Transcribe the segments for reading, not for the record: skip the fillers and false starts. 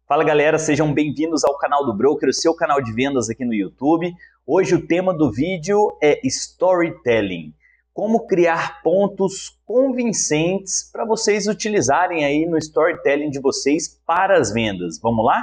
Fala galera, sejam bem-vindos ao canal do Broker, o seu canal de vendas aqui no YouTube. Hoje o tema do vídeo é Storytelling. Como criar pontos convincentes para vocês utilizarem aí no Storytelling de vocês para as vendas. Vamos lá?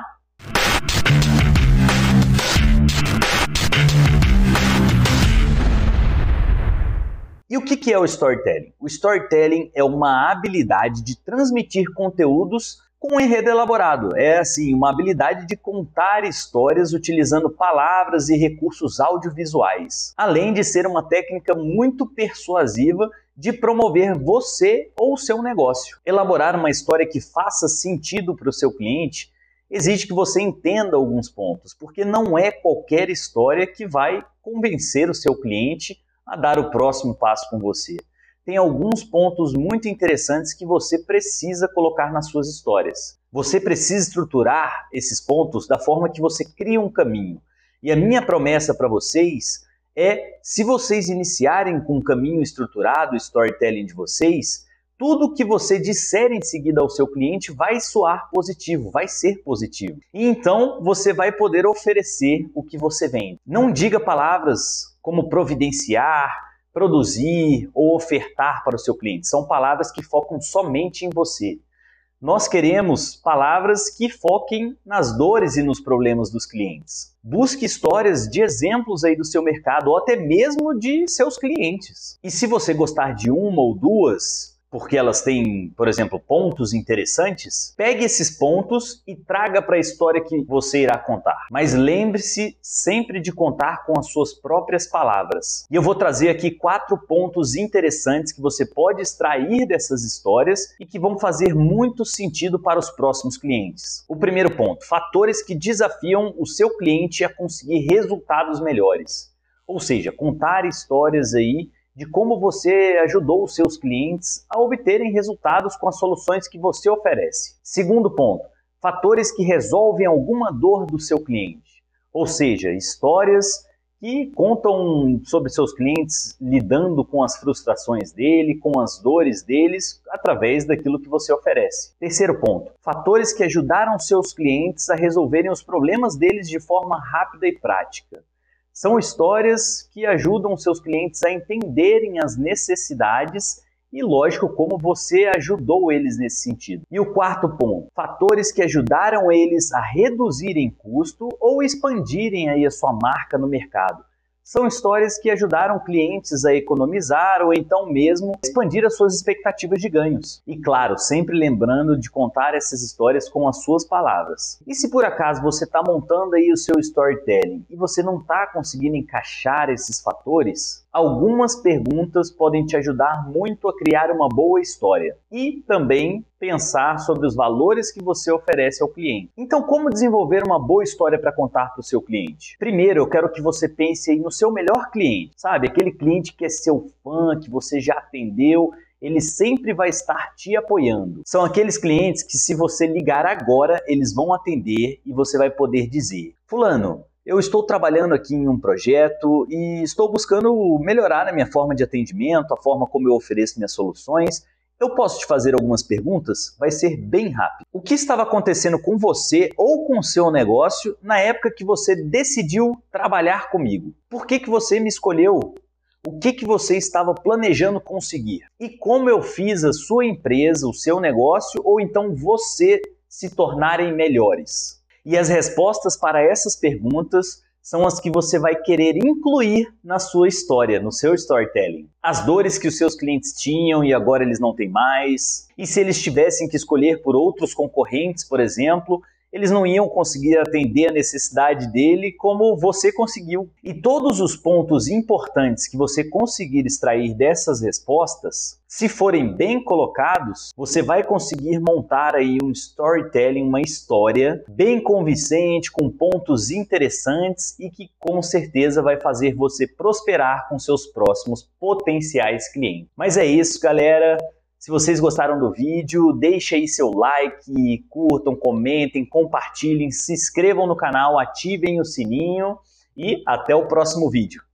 E o que é o Storytelling? O Storytelling é uma habilidade de transmitir conteúdos com um enredo elaborado. É assim, uma habilidade de contar histórias utilizando palavras e recursos audiovisuais. Além de ser uma técnica muito persuasiva de promover você ou o seu negócio. Elaborar uma história que faça sentido para o seu cliente exige que você entenda alguns pontos, porque não é qualquer história que vai convencer o seu cliente a dar o próximo passo com você. Tem alguns pontos muito interessantes que você precisa colocar nas suas histórias. Você precisa estruturar esses pontos da forma que você cria um caminho. E a minha promessa para vocês é, se vocês iniciarem com um caminho estruturado, o storytelling de vocês, tudo que você disser em seguida ao seu cliente vai soar positivo, vai ser positivo. E então você vai poder oferecer o que você vende. Não diga palavras como providenciar, produzir ou ofertar para o seu cliente. São palavras que focam somente em você. Nós queremos palavras que foquem nas dores e nos problemas dos clientes. Busque histórias de exemplos aí do seu mercado ou até mesmo de seus clientes. E se você gostar de uma ou duas, porque elas têm, por exemplo, pontos interessantes, pegue esses pontos e traga para a história que você irá contar. Mas lembre-se sempre de contar com as suas próprias palavras. E eu vou trazer aqui 4 pontos interessantes que você pode extrair dessas histórias e que vão fazer muito sentido para os próximos clientes. O primeiro ponto, fatores que desafiam o seu cliente a conseguir resultados melhores. Ou seja, contar histórias aí de como você ajudou os seus clientes a obterem resultados com as soluções que você oferece. Segundo ponto, fatores que resolvem alguma dor do seu cliente. Ou seja, histórias que contam sobre seus clientes lidando com as frustrações dele, com as dores deles, através daquilo que você oferece. Terceiro ponto, fatores que ajudaram seus clientes a resolverem os problemas deles de forma rápida e prática. São histórias que ajudam seus clientes a entenderem as necessidades e, lógico, como você ajudou eles nesse sentido. E o quarto ponto, fatores que ajudaram eles a reduzirem custo ou expandirem aí a sua marca no mercado. São histórias que ajudaram clientes a economizar ou então mesmo expandir as suas expectativas de ganhos. E claro, sempre lembrando de contar essas histórias com as suas palavras. E se por acaso você está montando aí o seu storytelling e você não está conseguindo encaixar esses fatores, algumas perguntas podem te ajudar muito a criar uma boa história e também pensar sobre os valores que você oferece ao cliente. Então, como desenvolver uma boa história para contar para o seu cliente? Primeiro, eu quero que você pense aí no seu melhor cliente, sabe? Aquele cliente que é seu fã, que você já atendeu, ele sempre vai estar te apoiando. São aqueles clientes que, se você ligar agora, eles vão atender e você vai poder dizer: fulano, eu estou trabalhando aqui em um projeto e estou buscando melhorar a minha forma de atendimento, a forma como eu ofereço minhas soluções. Eu posso te fazer algumas perguntas? Vai ser bem rápido. O que estava acontecendo com você ou com o seu negócio na época que você decidiu trabalhar comigo? Por que você me escolheu? O que você estava planejando conseguir? E como eu fiz a sua empresa, o seu negócio ou então você se tornarem melhores? E as respostas para essas perguntas são as que você vai querer incluir na sua história, no seu storytelling. As dores que os seus clientes tinham e agora eles não têm mais. E se eles tivessem que escolher por outros concorrentes, por exemplo, eles não iam conseguir atender a necessidade dele como você conseguiu. E todos os pontos importantes que você conseguir extrair dessas respostas, se forem bem colocados, você vai conseguir montar aí um storytelling, uma história bem convincente, com pontos interessantes e que com certeza vai fazer você prosperar com seus próximos potenciais clientes. Mas é isso, galera. Se vocês gostaram do vídeo, deixe aí seu like, curtam, comentem, compartilhem, se inscrevam no canal, ativem o sininho e até o próximo vídeo.